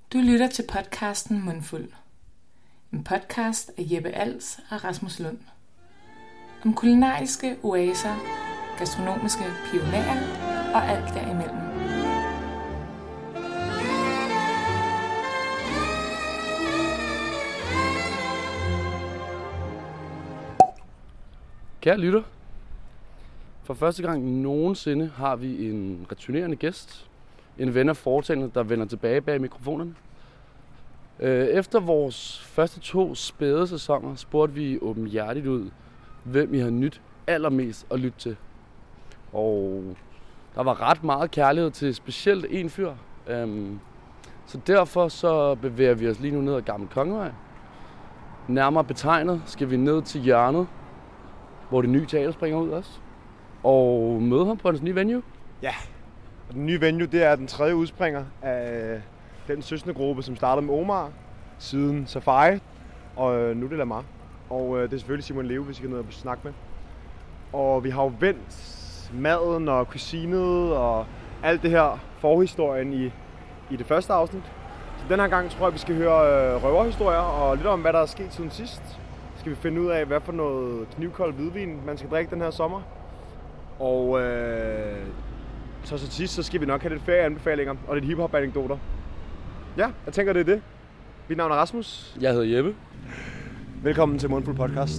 Du lytter til podcasten Mundfuld. En podcast af Jeppe Als og Rasmus Lund. Om kulinariske oaser, gastronomiske pionerer og alt derimellem. Kære lytter, for første gang nogensinde har vi en returnerende gæst. En ven af foretagendet, der vender tilbage bag mikrofonerne. Efter vores første 2 spæde sæsoner spurgte vi åbenhjertigt ud, hvem I har nyt allermest at lytte til. Og der var ret meget kærlighed til specielt en fyr. Så derfor så bevæger vi os lige nu ned ad Gammel Kongevej. Nærmere betegnet skal vi ned til hjørnet, hvor det nye teater springer ud også. Og møde ham på hans nye venue. Ja, og den nye venue, det er den 3. udspringer af den søskendegruppe, som startede med Omar, siden Safari, og nu er det Lamar. Og det er selvfølgelig Simon Leve, hvis I kan ned og snakke med. Og vi har jo vendt maden og cuisinet og alt det her forhistorien i det første afsnit. Så den her gang tror jeg, vi skal høre røverhistorier og lidt om, hvad der er sket siden sidst. Så skal vi finde ud af, hvad for noget knivkold hvidvin man skal drikke den her sommer. Og så til sidst, så skal vi nok have lidt ferieanbefalinger og lidt hiphop-anekdoter. Ja, jeg tænker, det er det. Mit navn er Rasmus. Jeg hedder Jeppe. Velkommen til Mundfuld Podcast.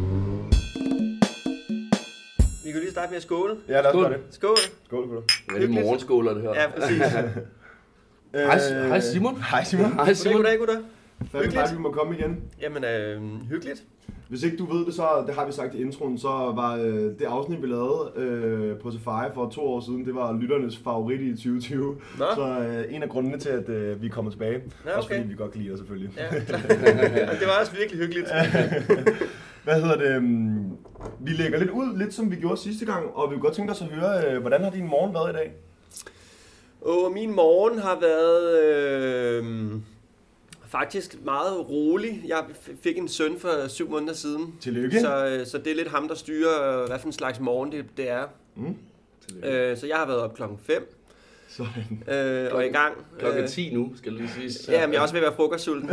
Vi kan lige starte med at skåle. Ja, lad os gøre det. Skål. Skål for dig. Det er morgenskåler, det her. Ja, præcis. Hej Simon. Hej Simon. Hej Simon. Goddag, gutter. Hyggeligt. Vi må komme igen. Jamen, hyggeligt. Hvis ikke du ved det, så det har vi sagt i introen, så var det afsnit, vi lavede på Safari for 2 år siden, det var lytternes favorit i 2020. Nå. Så en af grundene til, at vi er kommet tilbage. Ja, okay. Også fordi vi godt kan lide dig selvfølgelig. Ja, det var også virkelig hyggeligt. Hvad hedder det? Vi lægger lidt ud, lidt som vi gjorde sidste gang, og vi vil godt tænke os at høre, hvordan har din morgen været i dag? Min morgen har været faktisk meget rolig. Jeg fik en søn for 7 måneder siden. Tillykke. Så det er lidt ham, der styrer, hvad for en slags morgen det er. Så jeg har været op klokken 5. Sådan. Og i gang. Klokken 10 nu, skal du lige sige. Ja, men jeg er også ved at være frokostsulten.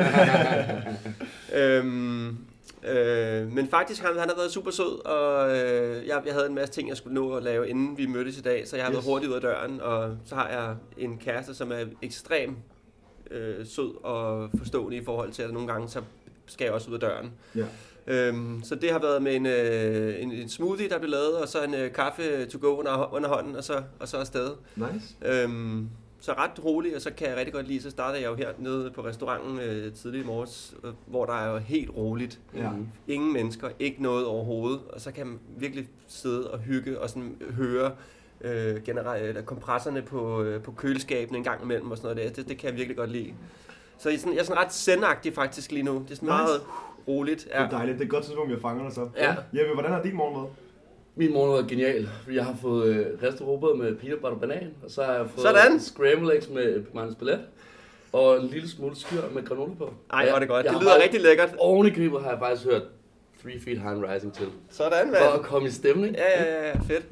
Men faktisk han har været super sød, og jeg havde en masse ting, jeg skulle nå at lave, inden vi mødtes i dag, så jeg har været hurtigt ud af døren, og så har jeg en kæreste, som er ekstrem sød og forstående i forhold til, at nogle gange så skal jeg også ud af døren. Ja. Så det har været med en smoothie, der blev lavet, og så en kaffe to go under hånden, og så afsted. Nice. Så ret roligt, og så kan jeg rigtig godt lide, så starter jeg jo hernede på restauranten tidlig i morges, hvor der er jo helt roligt. Ja. Ingen mennesker, ikke noget overhovedet, og så kan man virkelig sidde og hygge og sådan høre kompresserne på køleskabene en gang imellem og sådan noget der. Det kan jeg virkelig godt lide. Så jeg er sådan ret zen-agtig faktisk lige nu. Det er sådan meget roligt. Ja. Det er dejligt. Det er godt tidspunkt, jeg fanger dig så. Ja. Jeppe, hvordan har din morgen været? Min morgen var genial, fordi jeg har fået ristet rugbrød med peanut butter banan, og så har jeg fået scrambled eggs med mands palet, og en lille smule skyr med granola på. Ej, hvor er det godt. Det lyder rigtig lækkert. Oven i købet har jeg faktisk hørt 3 Feet High and Rising til. Sådan, mand. For at komme i stemning. Ja, fedt.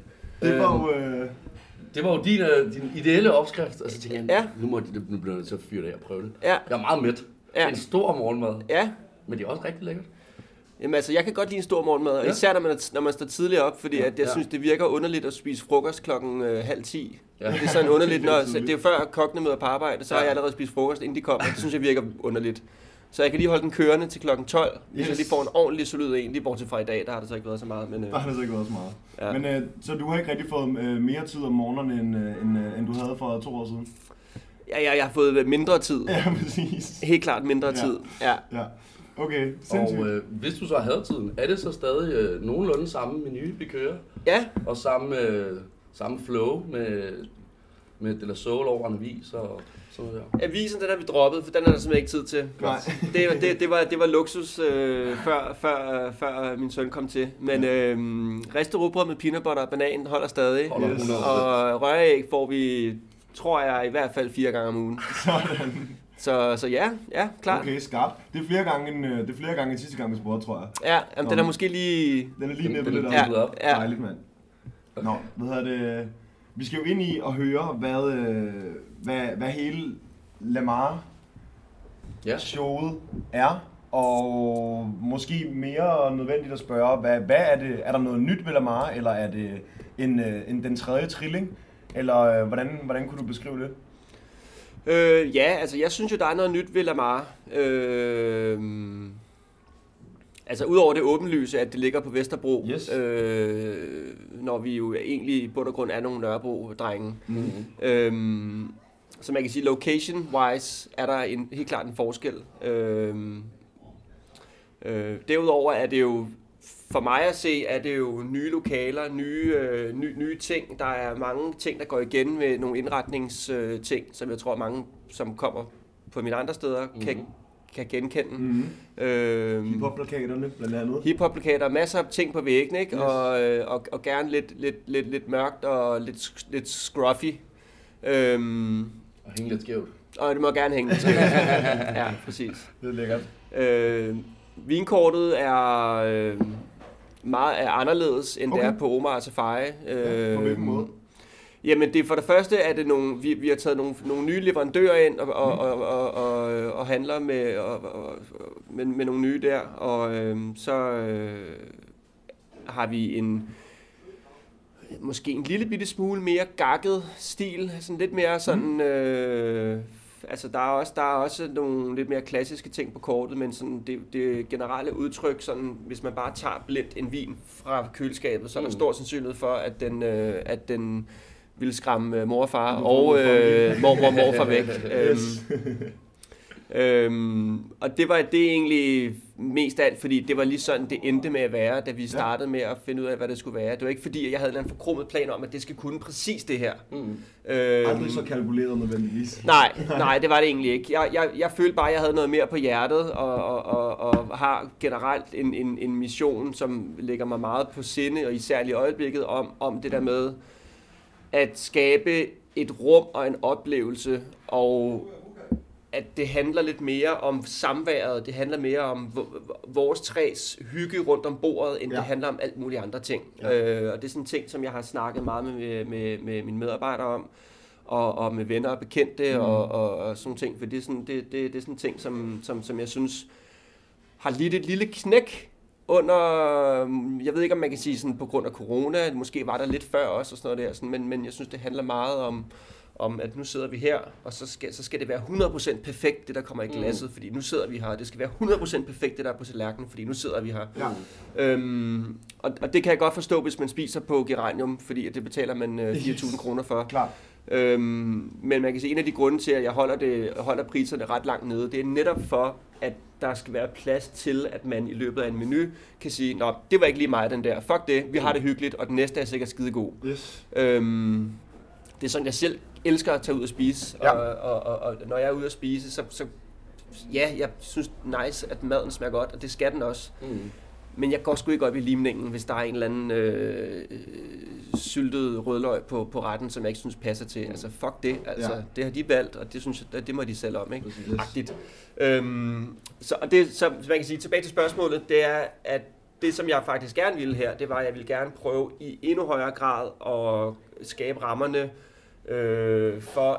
Det var jo din ideelle opskrift, og så tænkte jeg, nu bliver jeg nødt til at fyre det og prøve det. Ja. Jeg er meget mæt. Ja. En stor morgenmad. Ja. Men det er også rigtig lækkert. Jamen altså, jeg kan godt lide en stor morgenmad, og især når man står tidligere op, fordi at jeg synes, det virker underligt at spise frokost klokken 9:30. Ja. Det er sådan underligt, det er jo før kokkene møder på arbejde, så har jeg allerede spist frokost, inden de kommer, det synes jeg virker underligt. Så jeg kan lige holde den kørende til klokken 12, hvis jeg lige får en ordentlig solid en, lige bortset fra i dag, der har det så ikke været så meget. Men, der har det så ikke været så meget. Ja. Men så du har ikke rigtig fået mere tid om morgenen, end du havde for 2 år siden? Ja, jeg har fået mindre tid. Ja, præcis. Helt klart mindre tid, ja. Okay, sindssygt. Og hvis du så havde tiden, er det så stadig nogenlunde samme menu, vi kører? Ja. Og samme flow med De La Soul over en avis og sådan noget der? Avisen, den har vi droppet, for den er der simpelthen ikke tid til. Nej. Det var luksus, før min søn kom til. Men ristet rugbrød med peanut butter og banan holder stadig. Og røræg får vi, tror jeg, i hvert fald 4 gange om ugen. Sådan. Så ja, klart. Okay, skarpt. Det er flere gange end sidste gang, vi spurgte, tror jeg. Ja, jamen, den er måske lige... Den er lige næppe lidt op. Ja. Dejligt, mand. Nå, hvad hedder det? Vi skal jo ind i og høre, hvad hele Lamar showet er, og måske mere nødvendigt at spørge, hvad er det? Er der noget nyt ved Lamar, eller er det den tredje trilling? Eller hvordan kunne du beskrive det? Ja, altså jeg synes jo, der er noget nyt ved Lamar. Altså udover det åbenlyse, at det ligger på Vesterbro, Yes. Når vi jo egentlig i bund og grund er nogle Nørrebro-drenge. Så man kan sige, location-wise er der helt klart en forskel. Derudover er det jo, for mig at se, er det jo nye lokaler, nye ting. Der er mange ting, der går igen med nogle indretningsting, som jeg tror mange, som kommer på mine andre steder, kan genkende. Hip-hop-plakaterne blandt andet. Hip-hop-plakater, masser af ting på væggen, ikke? Yes. Og gerne lidt mørkt og lidt scruffy. Og hænge lidt skævt. Og det må gerne hænge lidt. Ja, præcis. Det er lækkert. Vinkortet er meget anderledes, end det er på Omar Safari. På hvilken måde? Jamen, det for det første er det vi har taget nogle nye leverandører ind og handler med nogle nye der, og så har vi måske en lille bitte smule mere gakket stil, sådan lidt mere sådan. Altså der er også nogle lidt mere klassiske ting på kortet, men sådan det generelle udtryk, sådan hvis man bare tager blindt en vin fra køleskabet, så er der stor sandsynlighed for, at den ville skræmme mor og far og morfar væk. Og det er egentlig mest af alt, fordi det var lige sådan, det endte med at være, da vi startede med at finde ud af, hvad det skulle være. Det var ikke fordi, at jeg havde en forkromet plan om, at det skal kunne præcis det her. Aldrig så kalkuleret nødvendigvis. Nej, det var det egentlig ikke. Jeg følte bare, at jeg havde noget mere på hjertet, og har generelt en mission, som ligger mig meget på sinde, og især i øjeblikket, om det der med at skabe et rum og en oplevelse, og at det handler lidt mere om samværet, det handler mere om vores træs hygge rundt om bordet, end det handler om alt mulige andre ting. Og det er sådan en ting, som jeg har snakket meget med mine medarbejdere om, og med venner og bekendte, og sådan ting, for det er sådan en ting, som jeg synes har lidt et lille knæk under, jeg ved ikke om man kan sige sådan på grund af corona, måske var der lidt før også og sådan noget der, sådan, men jeg synes det handler meget om at nu sidder vi her, og så skal det være 100% perfekt, det der kommer i glasset, fordi nu sidder vi her, og det skal være 100% perfekt, det der er på tallerkenen, fordi nu sidder vi her. Ja. Og det kan jeg godt forstå, hvis man spiser på geranium, fordi det betaler man 4.000 kroner for. Klar. Men man kan sige, en af de grunde til, at jeg holder priserne ret langt nede, det er netop for, at der skal være plads til, at man i løbet af en menu kan sige, nå, det var ikke lige mig, den der. Fuck det, vi har det hyggeligt, og den næste er sikkert skide god. Yes. Det er sådan, jeg selv elsker at tage ud og spise, og når jeg er ude at spise, så ja, jeg synes nice, at maden smager godt, og det skal den også. Men jeg går sgu ikke op i limningen, hvis der er en eller anden syltet rødløg på retten, som jeg ikke synes passer til. Altså fuck det, altså det har de valgt, og det synes jeg, det må de selv om, ikke? Agtigt. Så man kan sige, tilbage til spørgsmålet, det er, at det som jeg faktisk gerne ville her, det var, at jeg ville gerne prøve i endnu højere grad at skabe rammerne for,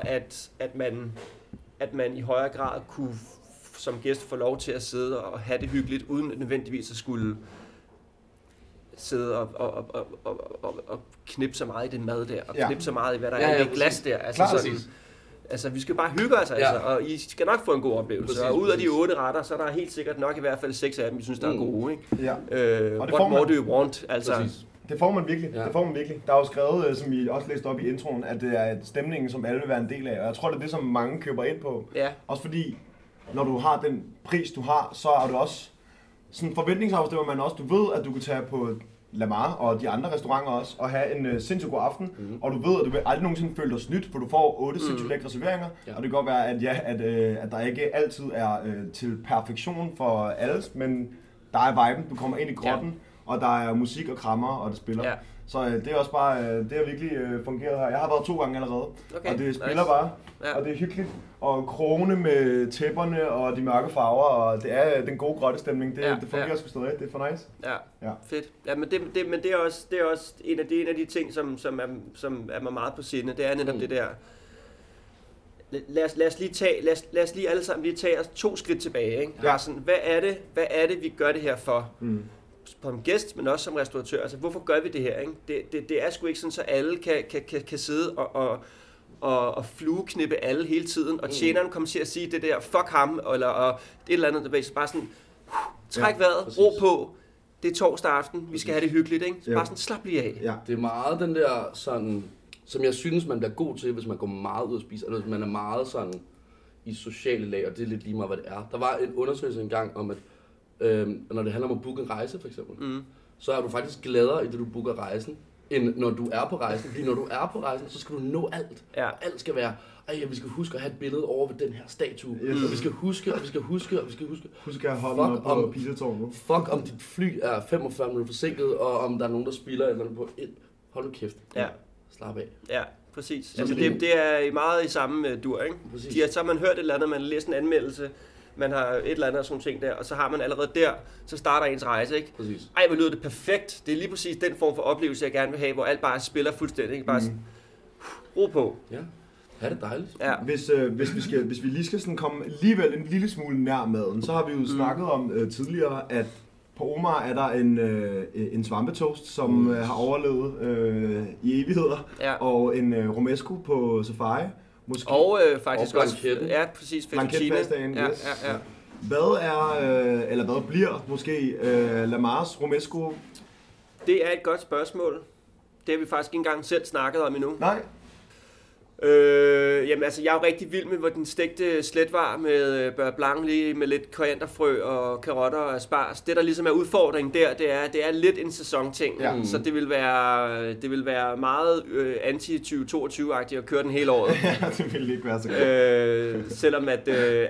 at man i højere grad kunne som gæst få lov til at sidde og have det hyggeligt, uden nødvendigvis at skulle sidde og knippe så meget i den mad der, og knippe så meget i, hvad der er i det glas der. Altså, vi skal bare hygge os, og I skal nok få en god oplevelse. Præcis, og ud af de 8 retter, så er der helt sikkert nok i hvert fald 6 af dem, vi synes, der er gode, ikke? Ja. What more do you want? Altså. Det får man virkelig. Ja. Det får man virkelig. Der er jo skrevet, som vi også læste op i introen, at det er stemningen, som alle vil være en del af. Og jeg tror, det er det, som mange køber ind på. Ja. Også fordi, når du har den pris, du har, så er du også sådan forventningsafstemmer man også. Du ved, at du kan tage på Lamar og de andre restauranter også, og have en sindssygt god aften. Og du ved, at du vil aldrig nogensinde føle dig snydt, for du får 8 sindssygt lækre serveringer. Ja. Og det kan godt være, at der ikke altid er til perfektion for alle, men der er viben, du kommer ind i grotten, og der er musik og krammer, og det spiller. Ja. Så det er også bare, det har virkelig fungeret her. Jeg har været 2 gange allerede, og det spiller bare, og det er hyggeligt. Og krone med tæpperne og de mørke farver, og det er den gode grottestemning. Det fungerer sgu stadig. Det er for nice. Ja. Fedt. Ja, men det er også en af de ting, som er mig meget på sinde. Det er netop det der. lad os lige alle sammen lige tage os 2 skridt tilbage. Ikke? Ja. Sådan, hvad er det, vi gør det her for? Som gæst, men også som restauratør. Altså, hvorfor gør vi det her? Ikke? Det er sgu ikke sådan, så alle kan sidde og flueknippe alle hele tiden, og tjeneren kommer til at sige det der, fuck ham, eller et eller andet, der er bare sådan, træk vejret, ro på, det er torsdag aften, vi skal have det hyggeligt, ikke? Så bare sådan, slap lige af. Ja. Det er meget den der sådan, som jeg synes, man bliver god til, hvis man går meget ud og spiser, eller hvis man er meget sådan i sociale lag, og det er lidt lige meget, hvad det er. Der var en undersøgelse engang om, at når det handler om at booke en rejse, for eksempel, så er du faktisk gladere, i det du booker rejsen, end når du er på rejsen. Fordi når du er på rejsen, så skal du nå alt. Ja. Alt skal være, vi skal huske at have et billede over ved den her statue. Og vi skal huske. Husk at holde op på Piletårnet. Fuck om dit fly er 45 minutter forsinket, og om der er nogen, der spiller eller på et. Hold nu kæft. Ja. Slap af. Ja, præcis. Altså, det er meget i samme dur, ikke? Så har man hørt et eller andet, man har læst en anmeldelse, man har et eller andet og sådan ting der, og så har man allerede der, så starter ens rejse, ikke? Præcis. Ej, hvor lyder det perfekt. Det er lige præcis den form for oplevelse, jeg gerne vil have, hvor alt bare spiller fuldstændig, ikke? Bare ro på. Ja, det er dejligt. Ja. Hvis vi lige skal sådan komme alligevel en lille smule nær maden, så har vi jo snakket om tidligere, at på Omar er der en svampetoast, som har overlevet i evigheder, og en romesco på safari. Måske. Og faktisk også, præcis, blanketpastaen, ja. Hvad bliver måske Lamars romesco? Det er et godt spørgsmål. Det har vi faktisk ikke engang selv snakket om endnu. Nej. Jamen altså, jeg er jo rigtig vild med, hvor den stegte sletvar med beurre blanc lige med lidt korianderfrø og karotter og asparges. Det, der ligesom er udfordringen der, det er lidt en sæsonting. Ja. Så det vil være meget anti-2022-agtigt at køre den hele året. Ja, det vil ikke være så godt. Selvom at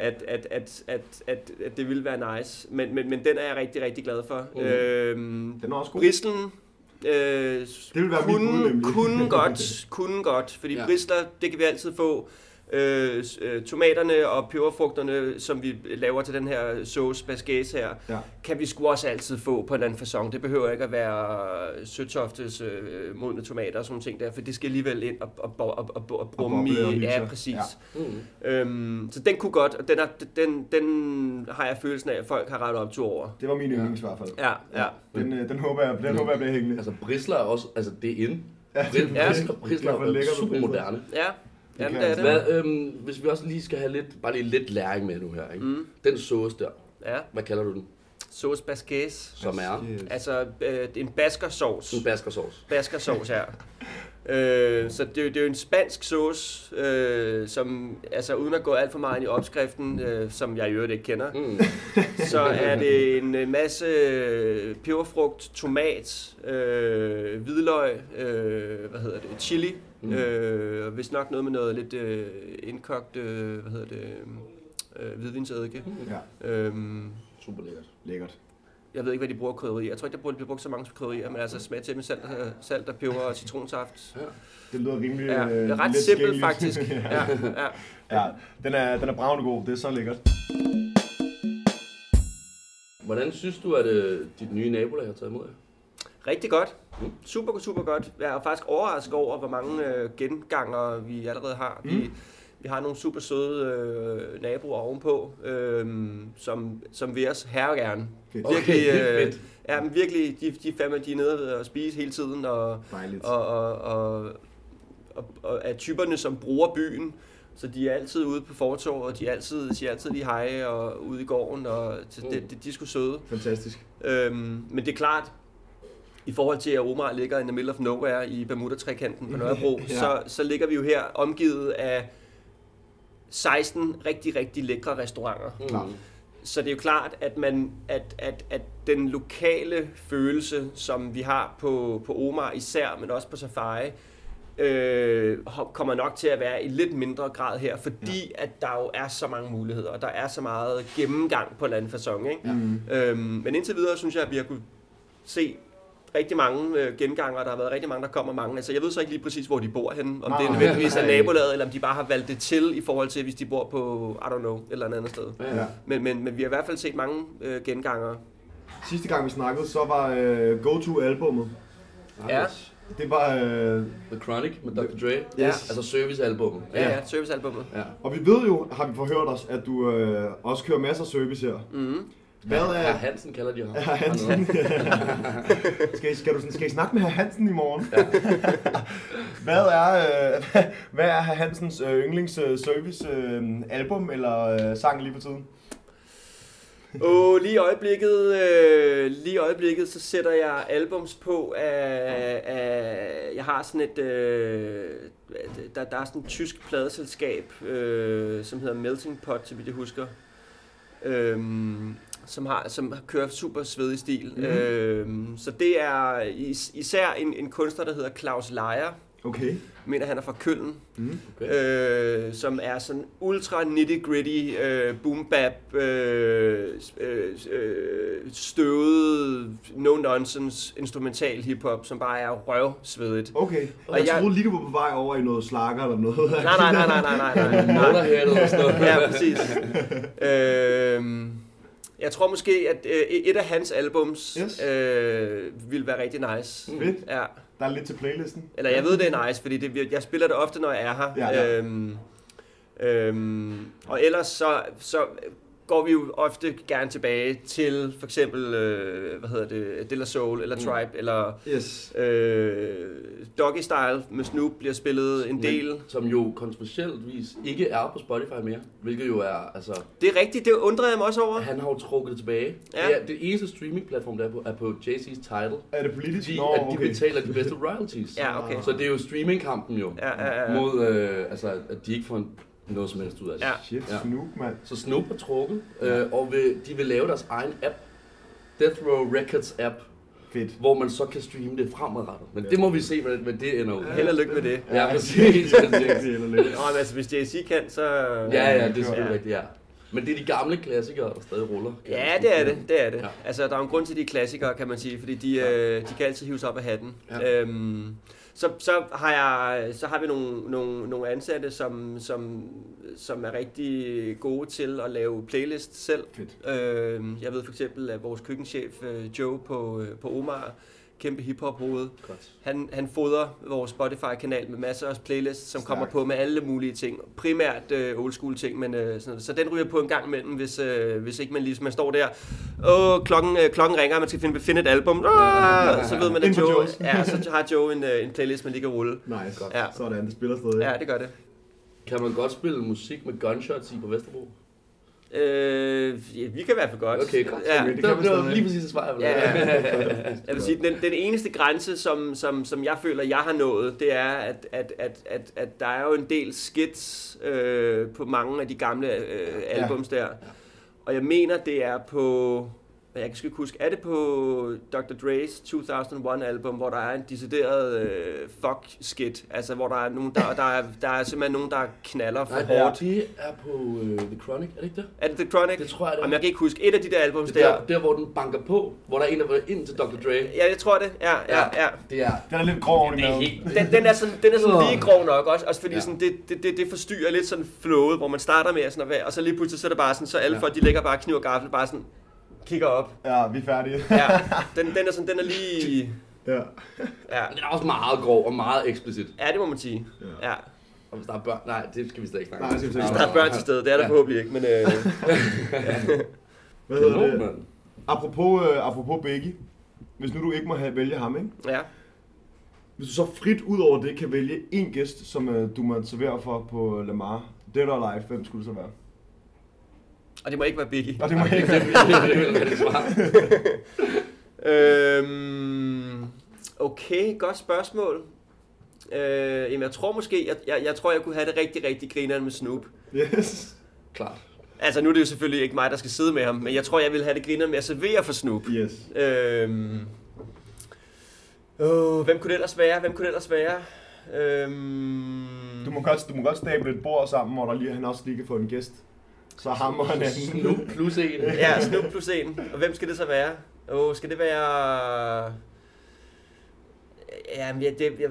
det vil være nice. Men den er jeg rigtig, rigtig glad for. Den er også god. Brislen. Det vil være kunne godt, fordi bristler, det kan vi altid få. Tomaterne og peberfrugterne, som vi laver til den her sauce basquez her, kan vi sgu også altid få på en anden facon. Det behøver ikke at være sødtoftes modne tomater og sådan ting der, for det skal alligevel ind og brumme i. Ja, præcis. Ja. Så den kunne godt, og den har jeg følelsen af, at folk har rettet op to over. Det var min yndlings i hvert fald. Ja. Den håber jeg bliver hængende. Altså brisler er også, altså det er inde. Brisler er super moderne. Ja. Jamen, det er det. Hvis vi også lige skal have lidt læring med nu her, ikke? Den sauce der, hvad kalder du den? Sauce basquez. Som er? Altså en baskersauce. En baskersauce. Baskersauce, ja. Så det er jo en spansk sauce, som, altså uden at gå alt for meget ind i opskriften, som jeg i øvrigt ikke kender, så er det en masse peberfrugt, tomat, hvidløg, chili, hvis nok noget med noget lidt indkogt, hvidvinsedike. Super lækkert. Jeg ved ikke, hvad de bruger krydderier. Jeg tror ikke, der bliver brugt så mange krydderier, men altså smag til med salt og peber og citronsaft. Ja. Det lyder rimelig det er ret simpelt faktisk. Ja, den er bravende god. Det er så lækkert. Hvordan synes du, at dit nye nabolag har taget imod jer? Rigtig godt. Super godt. Jeg er faktisk overrasket over, hvor mange genganger vi allerede har. Vi har nogle super søde naboer ovenpå, som vil os herregerne. Virkelig, men virkelig, de er nede og spise hele tiden, og er typerne, som bruger byen. Så de er altid ude på fortorvet, og de siger altid lige hej og ude i gården, og de er sgu søde. Fantastisk. Men det er klart, i forhold til at Omar ligger in the middle of nowhere i Bermuda-trekanten på Nørrebro, så ligger vi jo her omgivet af 16 rigtig, rigtig lækre restauranter. Så det er jo klart, at den lokale følelse, som vi har på Omar især, men også på Safari, kommer nok til at være i lidt mindre grad her, fordi at der jo er så mange muligheder, og der er så meget gennemgang på en anden facon, ikke? Men indtil videre synes jeg, at vi har kunne se rigtig mange genganger, der har været rigtig mange, der kommer mange. Altså, jeg ved så ikke lige præcis, hvor de bor henne. Om det er nødvendigvis er nabolaget, eller om de bare har valgt det til i forhold til, hvis de bor på, I don't know, et eller andet sted. Ja. Men vi har i hvert fald set mange genganger. Sidste gang vi snakkede, så var Go To-albummet. Ja. Det var The Chronic med Dr. Dre. Ja. Altså servicealbummet. Ja, servicealbummet. Ja. Og vi ved jo, har vi forhørt os, at du også kører masser af service her. Mm-hmm. Hvad er... Herr Hansen kalder de ham. Herr Hansen. Skal I snakke med Herr Hansen i morgen? Ja. Hvad er Herr Hansens yndlings service album eller sang lige for tiden? Lige i øjeblikket, så sætter jeg albums på af jeg har sådan et, der er sådan et tysk pladeselskab, som hedder Melting Pot, så vidt jeg husker, som kører super svedig stil. Mm-hmm. Så det er især en kunstner, der hedder Klaus Leyer. Okay. Mener han er fra Køln, Okay. som er sådan ultra nitty-gritty, boom-bap, støvet, no-nonsense, instrumental hiphop, som bare er røvsvedigt. Okay, og jeg troede lige, du var på vej over i noget slakker eller noget. Nej. Motorhead og sådan noget. Ja, præcis. Jeg tror måske, at et af hans albums ville være rigtig nice. Fedt. Ja. Der er lidt til playlisten. Eller jeg ved, det er nice, fordi jeg spiller det ofte, når jeg er her. Ja. Og ellers så går vi jo ofte gerne tilbage til for eksempel, De La Soul, eller Tribe, eller Doggy Style med Snoop bliver spillet en del. Som jo kontroversieltvis ikke er på Spotify mere, hvilket jo er, altså... Det er rigtigt, det undrer jeg mig også over. Han har jo trukket det tilbage. Ja. Det eneste streamingplatform, der er på Jay-Z's Tidal. Er det politisk? Fordi at de betaler de bedste royalties. Ja, okay. Så det er jo streamingkampen jo, mod at de ikke får noget som helst ud af det. Ja. Shit, Snoop, mand. Så Snoop har trukket, og de vil lave deres egen app, Death Row Records app, fedt, hvor man så kan streame det fremadrettet. Men det må vi se, hvad det ender ud. Held og lykke med det. Ja, præcis. Men altså, hvis JC kan, så... Ja, det er selvfølgelig rigtigt, ja. Men det er de gamle klassikere, der stadig ruller. Ja, det er det. Ja. Altså, der er en grund til, de klassikere, kan man sige, fordi de kan altid hives op af hatten. Ja. Så har vi nogle ansatte, som er rigtig gode til at lave playlist selv. Jeg ved for eksempel, at vores køkkenchef Joe på Omar, kæmpe hiphop-hoved, han fodrer vores Spotify-kanal med masser af playlists, som kommer på med alle mulige ting. Primært old school ting, men så den ryger på en gang imellem, hvis ikke man står der. Klokken ringer, man skal finde et album. Så ved man, at Joe... Ja, så har Joe en playlist, man lige kan rulle. Nice. Godt. Ja. Sådan, det spiller stadig. Ja, det gør det. Kan man godt spille musik med gunshots i på Vesterbro? Vi kan i hvert fald godt. Okay, godt. Ja, det var lige præcis et svar. Jeg vil sige, den eneste grænse, som jeg føler, jeg har nået, det er, at der er jo en del skits på mange af de gamle albums der. Og jeg mener, det er på... Jeg kan sgu ikke huske, er det på Dr. Dre's 2001 album, hvor der er en decideret fuck-skit, altså hvor der er nogen, der er simpelthen nogen, der knaller for hårdt. Det er på The Chronic, er det ikke det? Er det The Chronic? Det tror jeg, det er. Jamen, jeg kan ikke huske et af de der albums der, hvor den banker på, hvor der er en, der var ind til Dr. Dre. Ja, jeg tror det. Ja. Det er. Den er lidt grov. Den er sådan lige grov nok også fordi sådan, det forstyrrer lidt sådan flowet, hvor man starter med sådan og så lige pludselig så er det bare sådan, så alle folk, de lægger bare kniv og gaffel, bare sådan kigger op. Ja, vi er færdige. Ja, den er lige... Ja. Den er også meget grov og meget eksplicit. Ja, det må man sige. Ja. Og hvis der er børn... Nej, det skal vi slet ikke snakke om. Hvis der er børn til stede, det er der forhåbentlig ikke, men... Hvad hedder det? Apropos Biggie. Hvis nu du ikke må vælge ham, ikke? Ja. Hvis du så frit ud over det kan vælge en gæst, som du må servere for på Lamar, Dead or Alive, hvem skulle det så være? Og det må ikke være Biggie. Og det må ikke være okay, godt spørgsmål. Jamen jeg tror måske, jeg tror jeg kunne have det rigtig, rigtig grineren med Snoop. Yes. Klart. Altså nu er det jo selvfølgelig ikke mig, der skal sidde med ham, men jeg tror jeg vil have det grineren med at servere for Snoop. Yes. Hvem kunne det ellers være? Du må godt stable et bord sammen, hvor han også lige kan få en gæst. Så ham og en anden. Snoop plus en. Ja, Snoop plus en. Og hvem skal det så være? Skal det være... Jamen,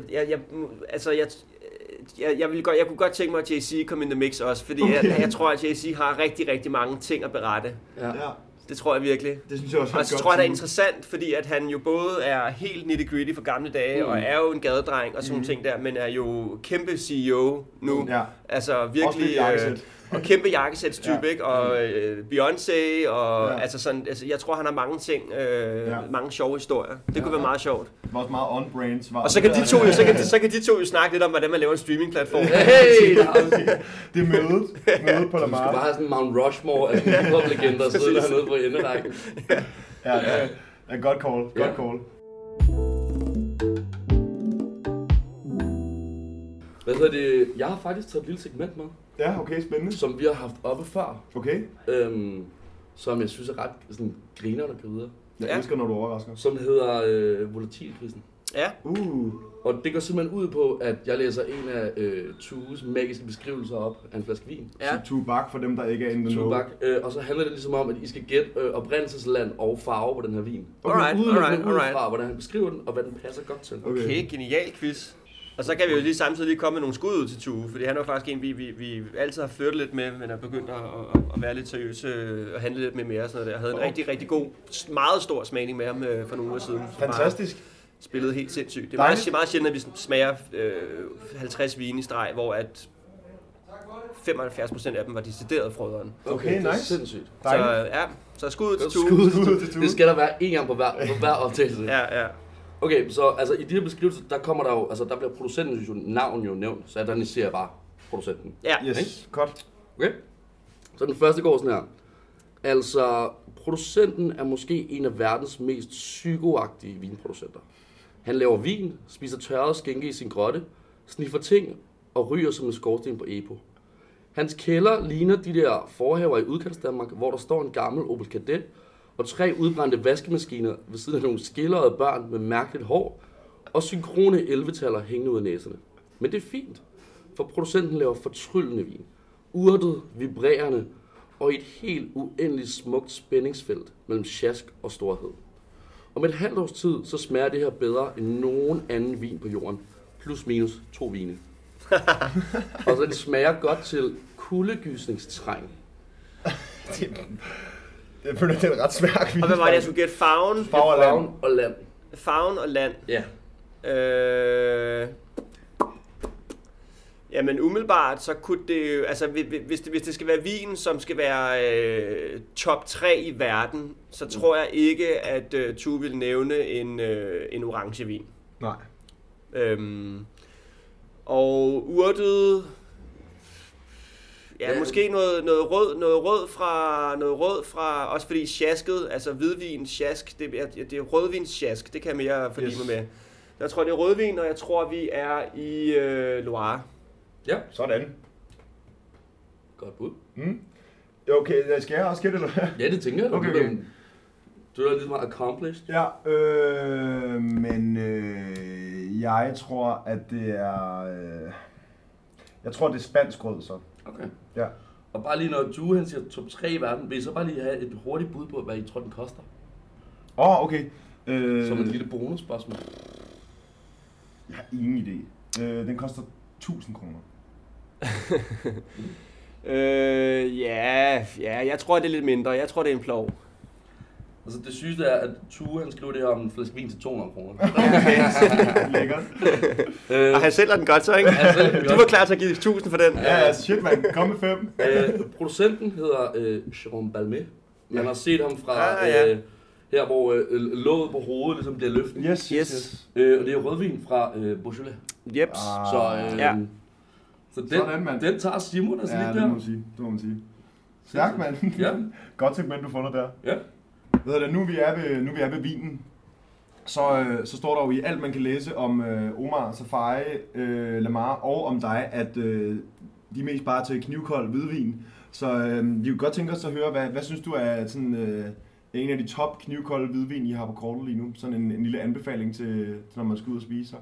jeg kunne godt tænke mig, at Jay-Z kom in the mix også, fordi jeg tror, at Jay-Z har rigtig, rigtig mange ting at berette. Ja. Det tror jeg virkelig. Det synes jeg også. Og så tror jeg, det er interessant, fordi at han jo både er helt nitty-gritty for gamle dage, og er jo en gadedreng og sådan nogle ting der, men er jo kæmpe CEO nu. Ja. Altså virkelig... Og kæmpe jakkesætstype, ikke? Og Beyoncé, og altså sådan, altså jeg tror, han har mange ting, mange sjove historier. Det kunne være meget sjovt. Det var også meget on-brand svar. Og så kan de to jo snakke lidt om, hvordan man laver en streamingplatform. Hey! Det er mødet på Lamar. Du skal bare have sådan en Mount Rushmore af hiphop-legender, og sidde hernede på enderækken. Ja, det er godt call. Godt call. Hvad hedder det? Jeg har faktisk taget et lille segment med. Ja, okay, spændende. Som vi har haft oppe før. Okay. Som jeg synes er ret sådan, griner, der kan videre. Jeg elsker, når du overrasker. Som hedder Volatilkrisen. Ja. Og det går simpelthen ud på, at jeg læser en af Tues magiske beskrivelser op af en flaske vin. Ja. Tuebak for dem, der ikke er inde i Tuebak. Og så handler det ligesom om, at I skal gætte oprindelsesland og farve på den her vin. Alright. Ud fra, hvordan han beskriver den, og hvad den passer godt til. Okay, genial quiz. Og så kan vi jo lige samtidig komme med nogle skud ud til Tue, fordi han er jo faktisk en, vi altid har flirtet lidt med, men er begyndt at være lidt seriøs og handle lidt med mere og sådan noget der. Jeg havde en rigtig, rigtig god, meget stor smagning med ham for nogle uger siden. Fantastisk. Spillede helt sindssygt. Det er meget sjældent, at vi smager 50 vine i streg, hvor at 75% af dem var decideret frøderen. Okay, nice. Sindssygt. Så skud til Tue. Det skal der være en gang på hver optagelse. Ja. Okay, så altså i de her beskrivelser, der kommer der jo, altså der bliver producentens navn jo nævnt, så der ser bare producenten. Ja, yes. Godt. Okay. Så den første går sådan her. Altså, producenten er måske en af verdens mest psykoagtige vinproducenter. Han laver vin, spiser tørret skænke i sin grotte, sniffer ting og ryger som en skorsten på Epo. Hans kælder ligner de der forhaver i udkantsdanmark, hvor der står en gammel Opel Kadett og 3 udbrændte vaskemaskiner ved siden af nogle skillerede børn med mærkeligt hår og synkrone 11-taller hængende ud af næserne. Men det er fint, for producenten laver fortryllende vin. Urtet, vibrerende og et helt uendeligt smukt spændingsfelt mellem sjask og storhed. Om et halvt års tid, så smager det her bedre end nogen anden vin på jorden. Plus minus 2 vine. Og så det smager godt til kuldegysningstræng. Jeg føler, det er en ret svær quiz. Og hvad var det, jeg skulle gætte? Farven og land. Farven og land. Ja. Jamen umiddelbart, så kunne det jo, altså hvis det skal være vin, som skal være top 3 i verden, så tror jeg ikke, at Tue vil nævne en orange vin. Nej. Og urtet, ja, måske noget rød fra, også fordi sjasket, altså hvidvin, sjask, det er rødvins sjask, det kan jeg mere forlige mig med. Jeg tror, det er rødvin, og jeg tror, vi er i Loire. Ja, sådan. Godt bud. Okay, skal jeg også gætte, eller hvad? Ja, det tænker jeg. Okay. Du er lidt meget accomplished. Ja, men jeg tror, at det er... jeg tror, det er spansk rød, så. Okay. Ja. Og bare lige når du han siger top 3 i verden, vil I så bare lige have et hurtigt bud på, hvad I tror, den koster? Okay. Som et lille bonusspørgsmål. Jeg har ingen idé. Den koster 1000 kroner. Ja, jeg tror, det er lidt mindre. Jeg tror, det er en plov. Altså det sygeste er, at Tue han skriver det her om en flaske vin til 200 kroner. Lækkert. Og han sælger den godt så, ikke? Du var klar til at give 1000 for den. Ja, shit man. Kom med 5. Producenten hedder Jérôme Balmet. Man har set ham fra her, hvor låget på hovedet ligesom bliver løftet. Yes. Og det er rødvin fra Beaujolais. Yep. Så den tager Simon altså lidt der. Ja, det må man sige. Stærk, mand. Ja. Godt segment, du fundet der. Ja. Nu vi er ved vinen, så står der jo i alt, man kan læse om Omar, Safai, Lamar og om dig, at de er mest bare til knivkold hvidvin. Så vi kunne godt tænke os at høre, hvad synes du er sådan, en af de top knivkolde hvidvin, I har på kortet lige nu? Sådan en lille anbefaling til når man skal ud og spise.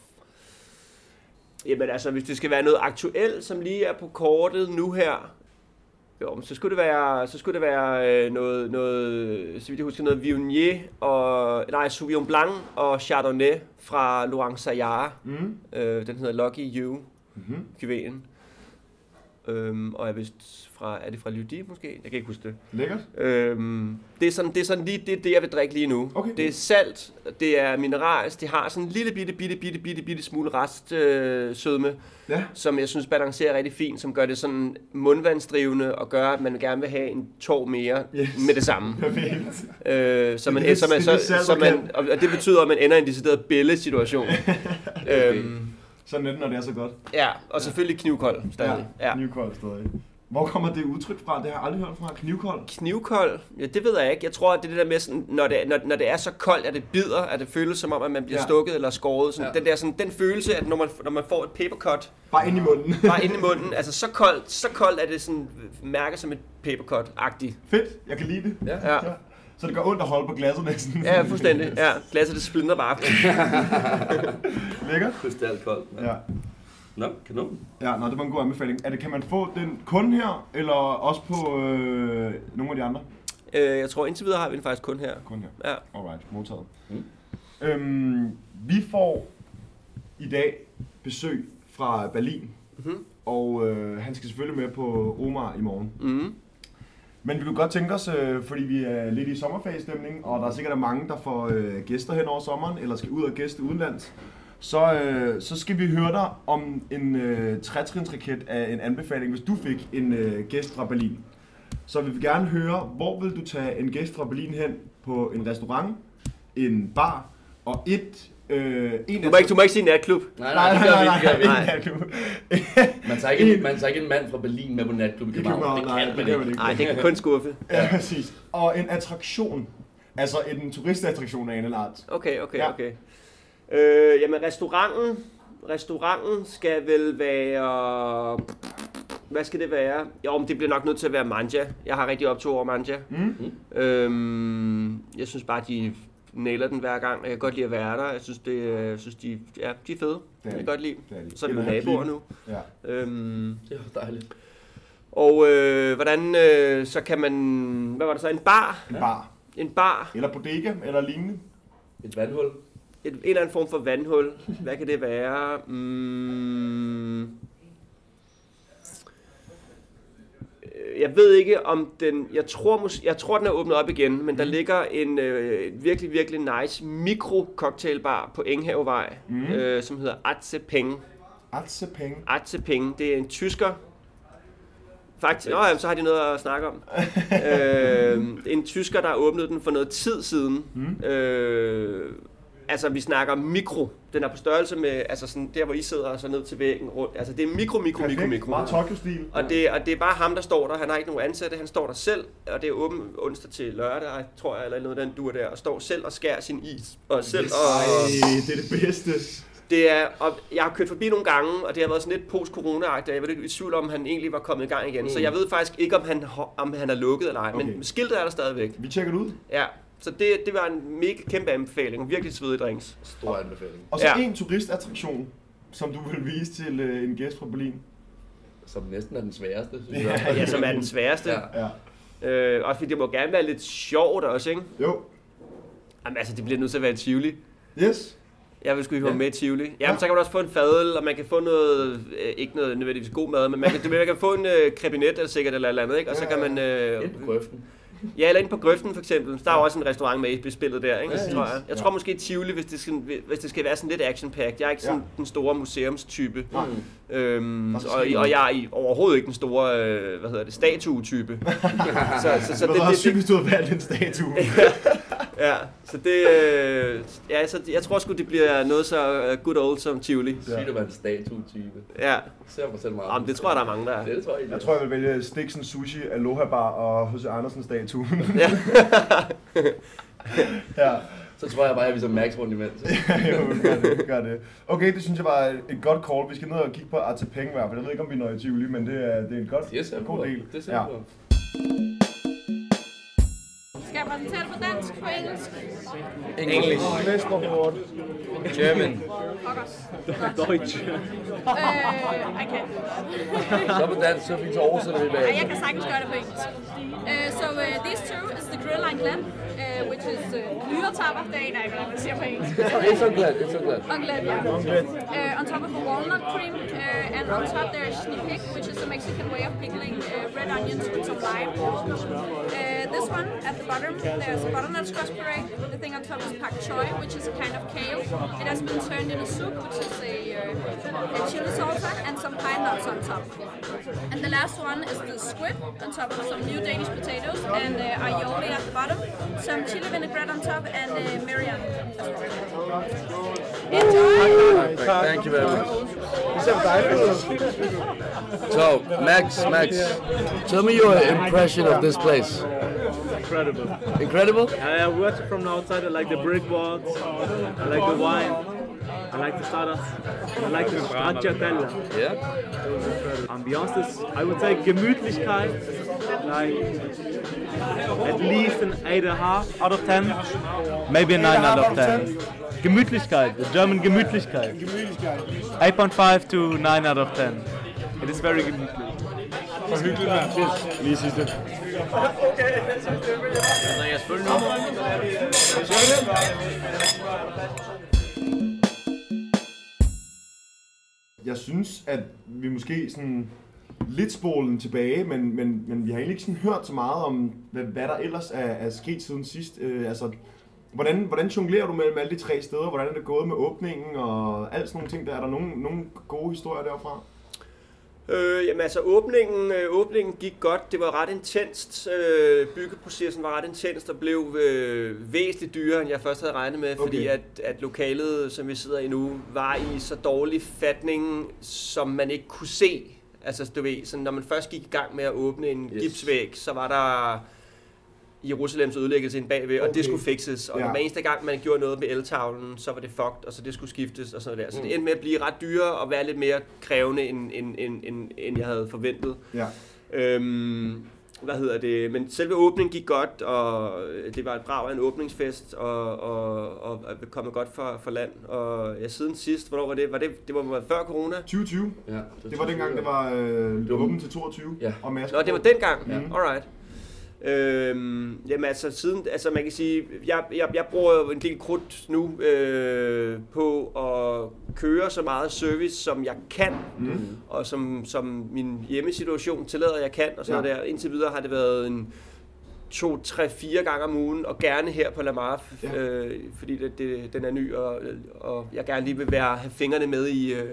Jamen altså, hvis det skal være noget aktuelt, som lige er på kortet nu her, jo, så skulle det være noget, så vidt jeg husker, noget Viognier Sauvignon Blanc og Chardonnay fra Laurent Sayare. Den hedder Lucky You, Cuveen. og er vist er det fra Lydie måske? Jeg kan ikke huske det. Lækkert. Det er sådan lige det jeg vil drikke lige nu. Okay. Det er salt, det er mineralsk, det har sådan en lille bitte smule restsødme, som jeg synes balancerer rigtig fint, som gør det sådan mundvandsdrivende og gør, at man gerne vil have en tår mere med det samme. Og det betyder, at man ender i en decideret bælle-situation. Sådan lidt, når det er så godt. Ja, og selvfølgelig knivkold stadig. Ja, knivkold stadig. Hvor kommer det udtryk fra? Det har jeg aldrig hørt fra. Knivkold? Knivkold? Ja, det ved jeg ikke. Jeg tror, at det er det der med, sådan, når det er så koldt, at det bider, at det føles som om, at man bliver stukket eller skåret. Sådan, den følelse, at når man får et papercut... Bare ind i munden. Bare ind i munden. Altså så koldt, at det sådan mærker som et papercut-agtigt. Fedt. Jeg kan lide det. Ja. Så det gør ondt at holde på glasset næsten. Ja, fuldstændig. Ja, glasset det splinter bare. Lækkert. Krystalkoldt. Ja. Nå, kanon. Ja, det var en god anbefaling. Kan man få den kun her, eller også på nogle af de andre? Jeg tror indtil videre har vi den faktisk kun her. Kun her? Ja. Alright, modtaget. Vi får i dag besøg fra Berlin, og han skal selvfølgelig med på Omar i morgen. Men vi kunne godt tænke os, fordi vi er lidt i sommerferiestemning, og der er sikkert mange, der får gæster hen over sommeren, eller skal ud og gæste udenlands, så skal vi høre dig om en trætrinsraket af en anbefaling, hvis du fik en gæst fra Berlin. Så vi vil gerne høre, hvor vil du tage en gæst fra Berlin hen på en restaurant, en bar og Du må ikke sige natklub. Nej, natklub. Man tager ikke en mand fra Berlin med på natklub i København. Nej, det kan kun skuffe. Ja, præcis. Og en attraktion. Altså en turistattraktion af en eller anden art. Okay. Jamen restauranten skal vel være... Hvad skal det være? Jo, men det bliver nok nødt til at være Manja. Jeg har rigtig optog over Manja. Jeg synes bare, de nailer den hver gang. Jeg kan godt lide at være der. Jeg synes, de er fede. Jeg kan godt lide. Så er vi jo naboer nu. Ja. Det er dejligt. Og hvordan så kan man... Hvad var det så? En bar? En bar. Eller bodega, eller lignende. Et vandhul. En eller anden form for vandhul. Hvad kan det være? Jeg ved ikke om den... Jeg tror den er åbnet op igen, men der ligger en virkelig, virkelig nice mikro-cocktailbar på Enghavevej, som hedder Atzepeng. Atzepeng. Det er en tysker. Faktisk, så har de noget at snakke om. En tysker, der har åbnet den for noget tid siden. Altså, vi snakker mikro. Den er på størrelse med, altså sådan der, hvor I sidder og så ned til væggen rundt. Altså, det er mikro. Meget Tokyo-stil. Og det er bare ham, der står der. Han har ikke nogen ansatte. Han står der selv, og det er åbent onsdag til lørdag, tror jeg, eller noget den dur der. Og står selv og skærer sin is. Og selv det er det bedste. Det er, og jeg har kørt forbi nogle gange, og det har været sådan lidt post-corona-agtigt. Jeg var lidt i tvivl om, han egentlig var kommet i gang igen. Så jeg ved faktisk ikke, om han er lukket eller ej. Okay. Men skiltet er der stadigvæk. Vi tjekker det ud. Ja. Så det var en mega kæmpe anbefaling, og virkelig svedige drinks. Stor anbefaling. Og så en turistattraktion, som du vil vise til en gæst fra Berlin. Som næsten er den sværeste, synes jeg. Ja, som er den sværeste. Ja. Og fordi det må gerne være lidt sjovt også, ikke? Jo. Jamen altså, det bliver nødt til at være Tivoli. Yes. Jeg vil sgu ikke med Tivoli. Jamen, så kan man også få en fadøl, og man kan få noget, ikke noget nødvendigvis god mad, men man kan få en krebinet eller sikkert eller andet, ikke? Og så kan man... Ind på grøften. Ja, eller inde på grøften for eksempel. Der er også en restaurant med i spillet der, ikke? Tror jeg. Jeg tror måske Tivoli, hvis det skal være sådan lidt action-packed. Jeg er ikke sådan den store museumstype. Og jeg er overhovedet ikke den store, statue-type. så det er typisk, du har valgt en statue. Så det... så jeg tror sgu, det bliver noget så good old som Tivoli. Siger du, var en statue-type? Ja. Ser mig selv meget. Jamen, det tror jeg, der er mange, der er. Det tror jeg. Jeg tror, jeg vil vælge Stiksen Sushi, Aloha Bar og H.C. Andersen-statuen. Ja. Så tror jeg bare, at vi så Max rundt imens. Jo, gør det. Okay, det synes jeg var et godt call. Vi skal ned og kigge på Atzepeng i hvert fald. Jeg ved ikke, om vi når i Tivoli, men det er en god del. Det ser på. Skal jeg præsentere det på dansk, på engelsk? English. German. Deutsch. I can't do that. Så på dansk, så fik vi oversætter vi bag. Jeg kan sagtens gøre det på engelsk. So these two is the grill and glen, which is lyretapper. Det er en af hvad siger på engelsk. It's on glad. On glen, yeah. On top of a walnut cream, and on top there is schnipik, which is a Mexican way of pickling red onions with some lime. This one at the bottom, there's a butternut squash puree. The thing on top is pak choi, which is a kind of kale. It has been turned in a soup, which is a chili salsa and some pine nuts on top. And the last one is the squid on top of some new Danish potatoes and aioli at the bottom, some chili vinaigrette on top, and Marianne. Enjoy! Thank you very much. So, Max, tell me your impression of this place. Incredible. Incredible? I watch it from the outside. I like the brick walls. I like the wine. I like the starters. I like the stracciatella. Yeah. Ambiance is, I would say, Gemütlichkeit. Like at least an 8.5 out of 10. Maybe a 9 out of 10. Gemütlichkeit, the German Gemütlichkeit. 8.5 to 9 out of 10. It is very gemütlich. For hyggeligt, mand. Lige sidste. Jeg synes, at vi måske sådan lidt spolen tilbage, men vi har egentlig ikke sådan hørt så meget om, hvad der ellers er sket siden sidst. Altså, hvordan jonglerer du mellem alle de 3 steder? Hvordan er det gået med åbningen og alt sådan nogle ting der? Er der nogle gode historier derfra? Jamen altså, åbningen gik godt. Det var ret intenst. Byggeprocessen var ret intens og blev væsentligt dyrere, end jeg først havde regnet med, fordi at lokalet, som vi sidder i nu, var i så dårlig fatning, som man ikke kunne se. Altså, du ved, sådan, når man først gik i gang med at åbne en gipsvæg, så var der Jerusalems ødelæggelse inde bagved, og det skulle fikses. Og hver eneste gang, man gjorde noget med eltavlen, så var det fucked, og så det skulle skiftes og sådan noget der. Så det endte med at blive ret dyre og være lidt mere krævende, end jeg havde forventet. Ja. Men selve åbningen gik godt, og det var et brag af en åbningsfest, og kommet godt for land. Og siden sidst, hvornår var det? Det var før corona? 2020. Ja, det var dengang, det var åbent til 22. Ja. Og nå, det var dengang? Ja. Alright. Jamen altså siden, altså man kan sige, jeg bruger jo en del krudt nu på at køre så meget service som jeg kan, og som min hjemmesituation tillader jeg kan, og sådan noget der. Indtil videre har det været en 2, 3, 4 gange om ugen, og gerne her på La Marf, fordi den er ny, og jeg gerne lige vil have fingrene med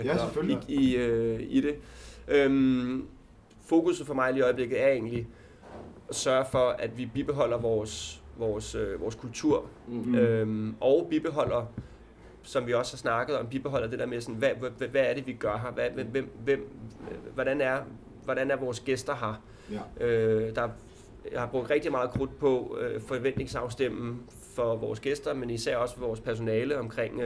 i det. Fokuset for mig lige i øjeblikket er egentlig at sørge for, at vi bibeholder vores kultur, og bibeholder, som vi også har snakket om, bibeholder det der med sådan, hvad er det vi gør her, hvordan er vores gæster her. Ja. Jeg har brugt rigtig meget krudt på forventningsafstemme for vores gæster, men især også for vores personale omkring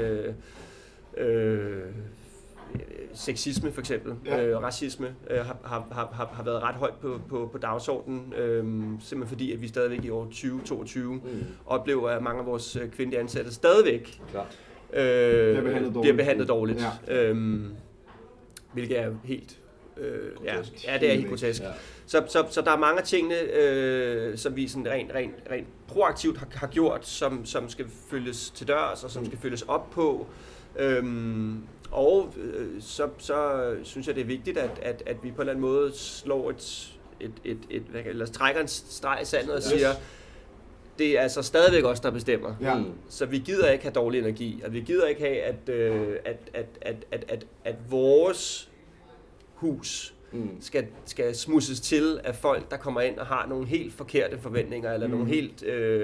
sexisme for eksempel, racisme har været ret højt på dagsordenen, simpelthen fordi, at vi stadigvæk i år 2022 oplever, at mange af vores kvindelige ansatte stadigvæk bliver behandlet dårligt. Ja. Hvilket er helt det er helt grotesk. Ja. Så der er mange af tingene, som vi sådan rent proaktivt har gjort, som skal følges til dørs, og som skal følges op på. Og så synes jeg, det er vigtigt, at vi på en eller anden måde slår eller trækker en streg i sandet og siger, det er altså stadigvæk os, der bestemmer. Ja. Så vi gider ikke have dårlig energi, og vi gider ikke have, at vores hus skal smusses til af folk, der kommer ind og har nogle helt forkerte forventninger, eller nogle helt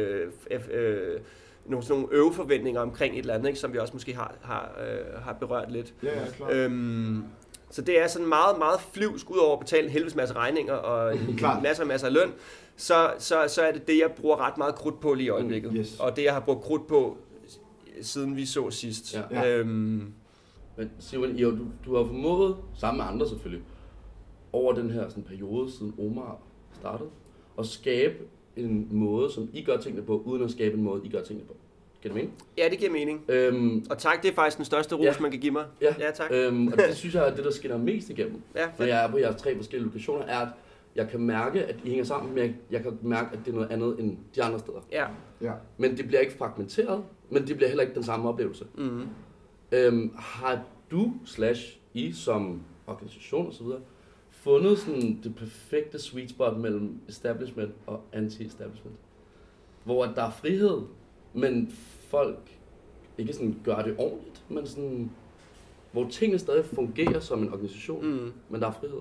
nogle øveforventninger omkring et eller andet, ikke, som vi også måske har berørt lidt. Ja, så det er sådan meget, meget flyvsk, ud over at betale en helvedes masse regninger og masser af løn, så er det, jeg bruger ret meget krudt på lige i øjeblikket. Yes. Og det, jeg har brugt krudt på, siden vi så sidst. Ja. Men Simon, du har formået, sammen med andre selvfølgelig, over den her sådan, periode, siden Omar startede, at skabe en måde, som I gør tingene på, uden at skabe en måde, I gør tingene på. Giver det mening? Ja, det giver mening. Og tak, det er faktisk den største ros, man kan give mig. Ja tak. Og det synes jeg er det, der skinner mest igennem, når jeg er på jeres 3 forskellige lokationer, er, at Jeg kan mærke, at I hænger sammen, men jeg kan mærke, at det er noget andet end de andre steder. Ja. Ja. Men det bliver ikke fragmenteret, men det bliver heller ikke den samme oplevelse. Har du / I som organisation og så videre fundet sådan det perfekte sweet spot mellem establishment og anti-establishment? Hvor der er frihed, men folk ikke sådan gør det ordentligt, men sådan, hvor tingene stadig fungerer som en organisation, men der er frihed.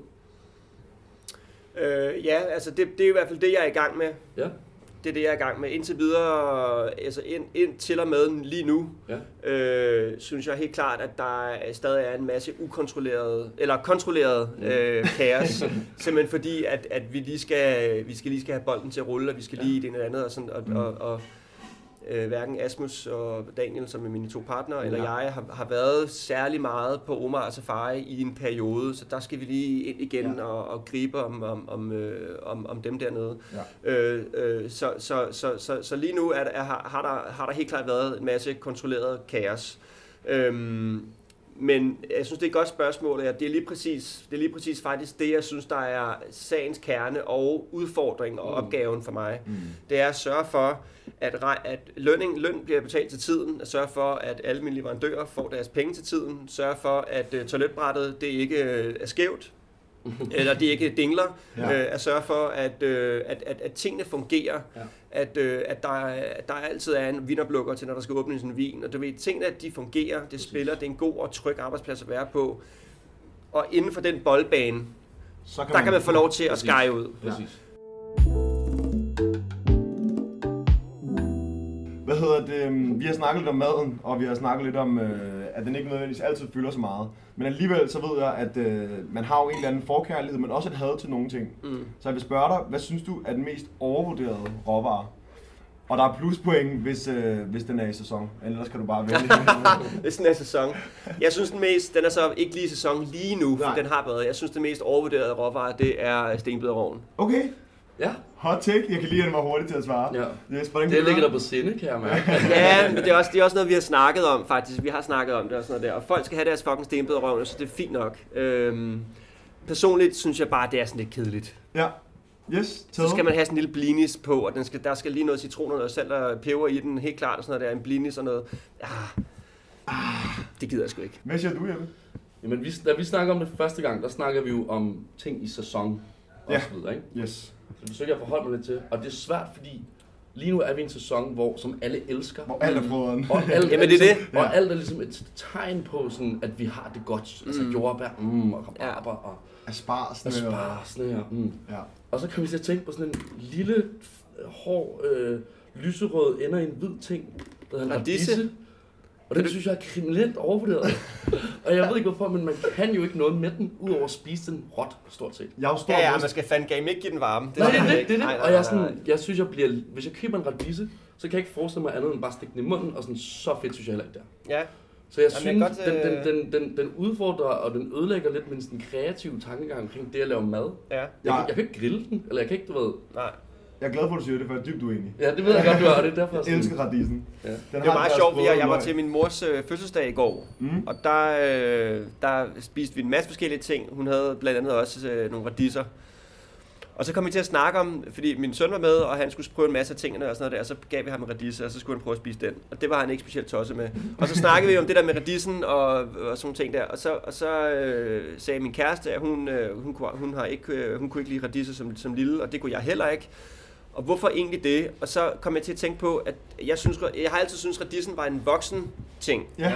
Ja, altså det er i hvert fald det, jeg er i gang med. Ja. Det er det, jeg er i gang med. Indtil videre, altså ind til og med lige nu, synes jeg helt klart, at der stadig er en masse kontrolleret kaos. Simpelthen fordi, at vi lige skal have bolden til at rulle, og vi skal lige det ene eller andet, og sådan, og hverken Asmus og Daniel, som er mine 2 partnere, eller jeg har været særlig meget på Omar Safari i en periode, så der skal vi lige ind igen og gribe om dem dernede. Ja. Så lige nu har der helt klart været en masse kontrolleret kaos. Men jeg synes, det er et godt spørgsmål, og det er lige præcis faktisk det, jeg synes, der er sagens kerne og udfordringen og opgaven for mig. Det er at sørge for, at løn bliver betalt til tiden, at sørge for, at alle mine leverandører får deres penge til tiden, sørge for, at toiletbrættet det ikke er skævt, eller det ikke dingler, at sørge for, at tingene fungerer, at der altid er en vinerblukker til, når der skal åbnes en vin, og du ved, tingene, at de fungerer, det spiller, det er en god og tryg arbejdsplads at være på, og inden for den boldbane, der kan man få lov til at skære ud. Præcis. Hvad hedder det? Vi har snakket lidt om maden, og vi har snakket lidt om, at den ikke nødvendigvis altid fylder så meget. Men alligevel så ved jeg, at man har jo en eller anden forkærlighed, men også et had til nogle ting. Så jeg vil spørge dig, hvad synes du er den mest overvurderede råvare? Og der er pluspoint, hvis den er i sæson. Ellers kan du bare vælge. Hvis den er i sæson. Jeg synes den er så ikke lige i sæson lige nu, for den har været. Jeg synes den mest overvurderede råvare, det er stenbiderrogn. Okay. Ja. Hot take. Jeg kan lide, at den var hurtig til at svare. Ja. Det ligger der på sinde, kan jeg mærke. Ja, men det er også noget, vi har snakket om, faktisk. Vi har snakket om det og sådan noget der. Og folk skal have deres fucking stenbiderrogn, så det er fint nok. Personligt synes jeg bare, det er sådan lidt kedeligt. Ja. Yes. Så skal man have sådan en lille blinis på, og der skal lige noget citron og noget salt og peber i den, helt klart, og sådan noget der. En blinis og noget. Det gider jeg sgu ikke. Hvad siger du, Jeppe? Jamen, da vi snakker om det første gang, der snakker vi jo om ting i sæson og så videre, ikke? Yes. Så det forsøger jeg at forholde mig lidt til, og det er svært, fordi lige nu er vi i en sæson, som alle elsker. Hvor alt er frøderen. Og alt Jamen det er det. Og alt er ligesom et tegn på, sådan, at vi har det godt. Altså jordbær, og rabarber, og asparsne. Ja. Og så kan vi så tænke på sådan en lille, hård, lyserød ender i en hvid ting, der hedder radisse. Og det synes jeg er kriminelt overvurderet. Og jeg ved ikke hvorfor, men man kan jo ikke noget med den, udover at spise den råt, stort set. Man skal fandme ikke give den varme. Det er det. Og jeg synes, hvis jeg køber en radisse, så kan jeg ikke forestille mig andet end bare stikke den i munden, og sådan så fedt synes jeg heller ikke der. Ja. Så jeg synes, den udfordrer, og den ødelægger lidt min sådan kreative tankegang omkring det at lave mad. Ja. Jeg kan ikke grille den, eller jeg kan ikke, du ved... Nej. Jeg er glad for, at du siger det, for jeg er dybt uenig. Ja, det ved jeg godt, du er, og det er derfor... Jeg elsker radisen. Ja. Det var meget sjovt, fordi jeg var til min mors fødselsdag i går, og der spiste vi en masse forskellige ting. Hun havde blandt andet også nogle radisser. Og så kom vi til at snakke om, fordi min søn var med, og han skulle prøve en masse af tingene og sådan noget der, og så gav vi ham en radisse, og så skulle han prøve at spise den. Og det var han ikke specielt tosset med. Og så snakkede vi om det der med radissen og sådan ting der, og så sagde min kæreste, at hun kunne ikke lide radisse som lille, og det kunne jeg heller ikke. Og hvorfor egentlig det? Og så kom jeg til at tænke på, at jeg har altid syntes, at radissen var en voksen ting. Ja.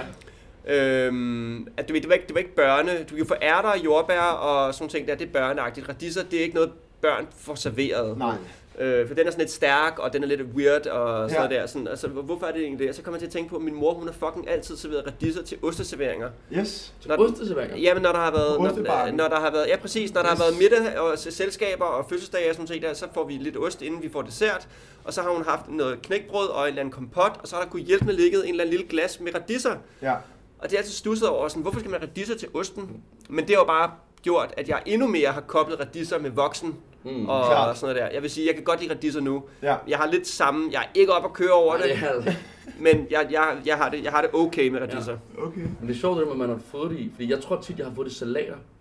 At det var ikke børne. Du kan få ærter, jordbær og sådan ting der, det er børneagtigt. Radisser, det er ikke noget børn får serveret. Nej. For den er sådan lidt stærk, og den er lidt weird og sådan der. Sådan, altså, hvorfor er det egentlig det? Og så kommer jeg til at tænke på, at min mor, hun har fucking altid serveret radisser til osteserveringer. Yes. Osteserveringer? Jamen, når der har været, ja præcis, når der har været middag og selskaber og fødselsdage og sådan noget der, så får vi lidt ost, inden vi får dessert. Og så har hun haft noget knækbrød og en eller anden kompot, og så har der kunne hjælpe med ligget en eller anden lille glas med radisser. Ja. Og det er altid stusset over, sådan, hvorfor skal man radisser til osten? Men det har jo bare gjort, at jeg endnu mere har koblet radisser med voksen og sådan noget der. Jeg vil sige, jeg kan godt lide radisser nu. Ja. Jeg har lidt samme, jeg er ikke op at køre over det, men jeg har det okay med radisser. Ja. Okay. Men det er sjovt, at man har fået det i, fordi jeg tror tit, jeg har fået det salater.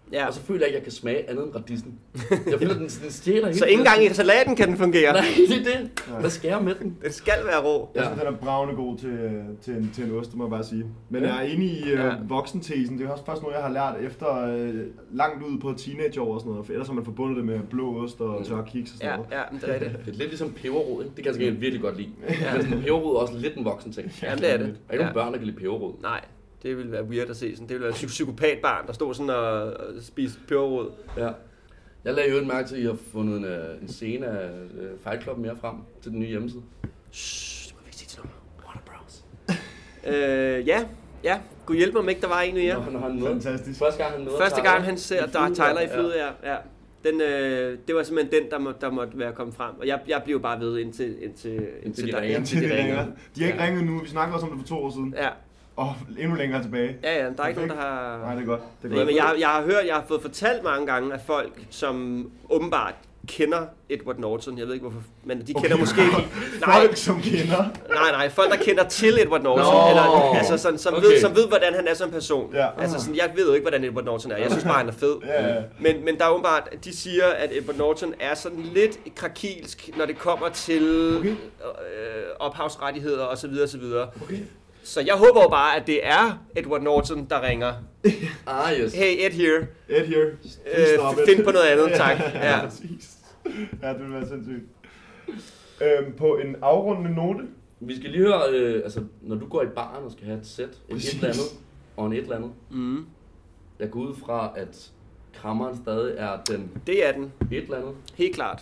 Og så føler jeg ikke, at jeg kan smage andet end radisen. Jeg føler, den stjæler helt. Så ikke engang i salaten kan den fungere? Nej, det er det. Hvad skal jeg med den? Den skal være rå. Jeg synes, den er bravende god til en ost, det må jeg bare sige. Men jeg er enig i voksentesen. Det er også først noget, jeg har lært efter langt ud på teenageår og sådan noget. For ellers har man forbundet det med blå ost og tør kiks og sådan noget. Ja, det er det. Det er lidt ligesom peberrod, ikke? Det kan jeg virkelig godt lide. Men peberrod er også lidt en voksen ting. Ja, det er det. Der er ikke nogen børn, der kan lide peberrod. Nej. Det ville være weird at se sådan. Det ville være et psykopatbarn, der stod sådan og spiste peberrod. Ja. Jeg lagde jo et mærke til, at I har fundet en scene af Fight Club mere frem til den nye hjemmeside. Shhh, det må vi ikke sige til nogen. Warner Bros. Ja. Gud hjælp mig, om ikke der var en mere. Når han nåede. Fantastisk. Første gang han ser Tyler i flyet, ja. Det var simpelthen den, der måtte være kommet frem. Og jeg blev bare ved indtil de ringer. De har ikke ringet nu, vi snakker også om det for 2 år siden. Ja. Og endnu længere tilbage. Ja, der er ikke nogen, der har... Nej, det er godt. Nej, men jeg har hørt, jeg har fået fortalt mange gange af folk, som åbenbart kender Edward Norton. Jeg ved ikke hvorfor, men de kender måske... Folk, som kender? Nej, folk, der kender til Edward Norton. Eller, altså sådan, som ved, hvordan han er som person. Ja. Altså sådan, jeg ved jo ikke, hvordan Edward Norton er. Jeg synes bare, han er fed. Ja. Men der er åbenbart, de siger, at Edward Norton er sådan lidt krakilsk, når det kommer til ophavsrettigheder osv. Okay. Så jeg håber jo bare, at det er Edward Norton, der ringer. Yes. Hey, Ed here. Find på noget andet, tak. Ja. Ja, det vil være sindssygt. På en afrundende note. Vi skal lige høre, når du går i baren og skal have et sæt, et eller andet, og en et eller andet. Mm. Jeg går ud fra, at krammeren stadig er den... Det er den. Et eller andet. Helt klart.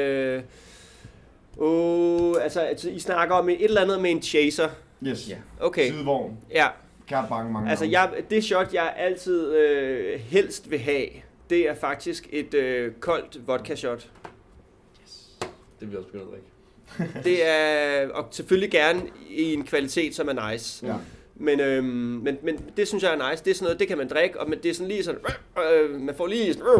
Altså, I snakker om et eller andet med en chaser. Yes. Ja. Okay. Sidevogn. Ja. Mange altså, det shot, jeg altid helst vil have, det er faktisk et koldt vodka shot. Yes. Det vil jeg også begynde at drikke. Det er, og selvfølgelig gerne i en kvalitet, som er nice. Ja. Men det synes jeg er nice. Det er sådan noget, det kan man drikke, og det er sådan lige sådan, man får lige sådan,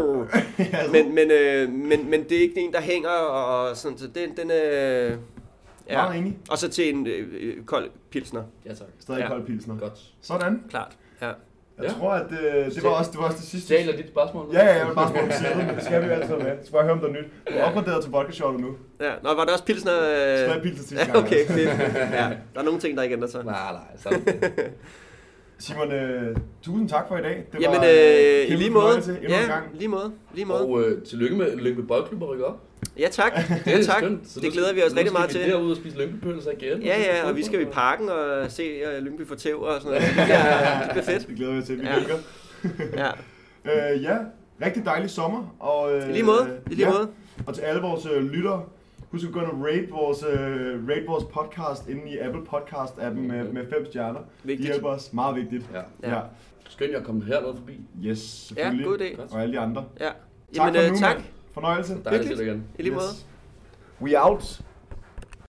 men det er ikke en, der hænger, og sådan, så den ja. Og så til en kold pilsner. Ja, tak. Stadig kold pilsner. Godt. Sådan. Klart. Ja. Jeg tror, at det var også det sidste. Stjæler dit spørgsmål? Ja, jeg vil bare spørge om sædet. Det skal vi jo altid med. Jeg skal bare høre, om der er nyt. Du er opgraderet til vodka-shotet nu. Ja, var det også pilsner? Stadig pilsner sidste gang. Okay, fedt. Ja, der er nogle ting, der ikke ændrer sig. Nej, sådan. Simon, tusind tak for i dag. Det var i lige måde. Lige måde. Og tillykke med Lyngby Boldklub at rykke op. Ja, tak. Tak. Det glæder vi os rigtig meget til. Nu skal vi derude og spise Lyngby-pølser igen. Ja, og vi skal i parken og se Lyngby få tæv og sådan noget. Det bliver fedt. Det glæder vi til. Vi lykker. Ja, rigtig dejlig sommer. Og, I lige måde. Og til alle vores lyttere, husk at gå ind og rate vores podcast inde i Apple Podcast-appen med 5 stjerner. Vigtigt. Det hjælper os meget vigtigt. Ja. Skønt, jeg kom hernede forbi. Yes, selvfølgelig. Ja, god idé. Og alle de andre. Ja. Tak for nu, tak. Fornøjelse. Dejligt igen. I lige måde. We out.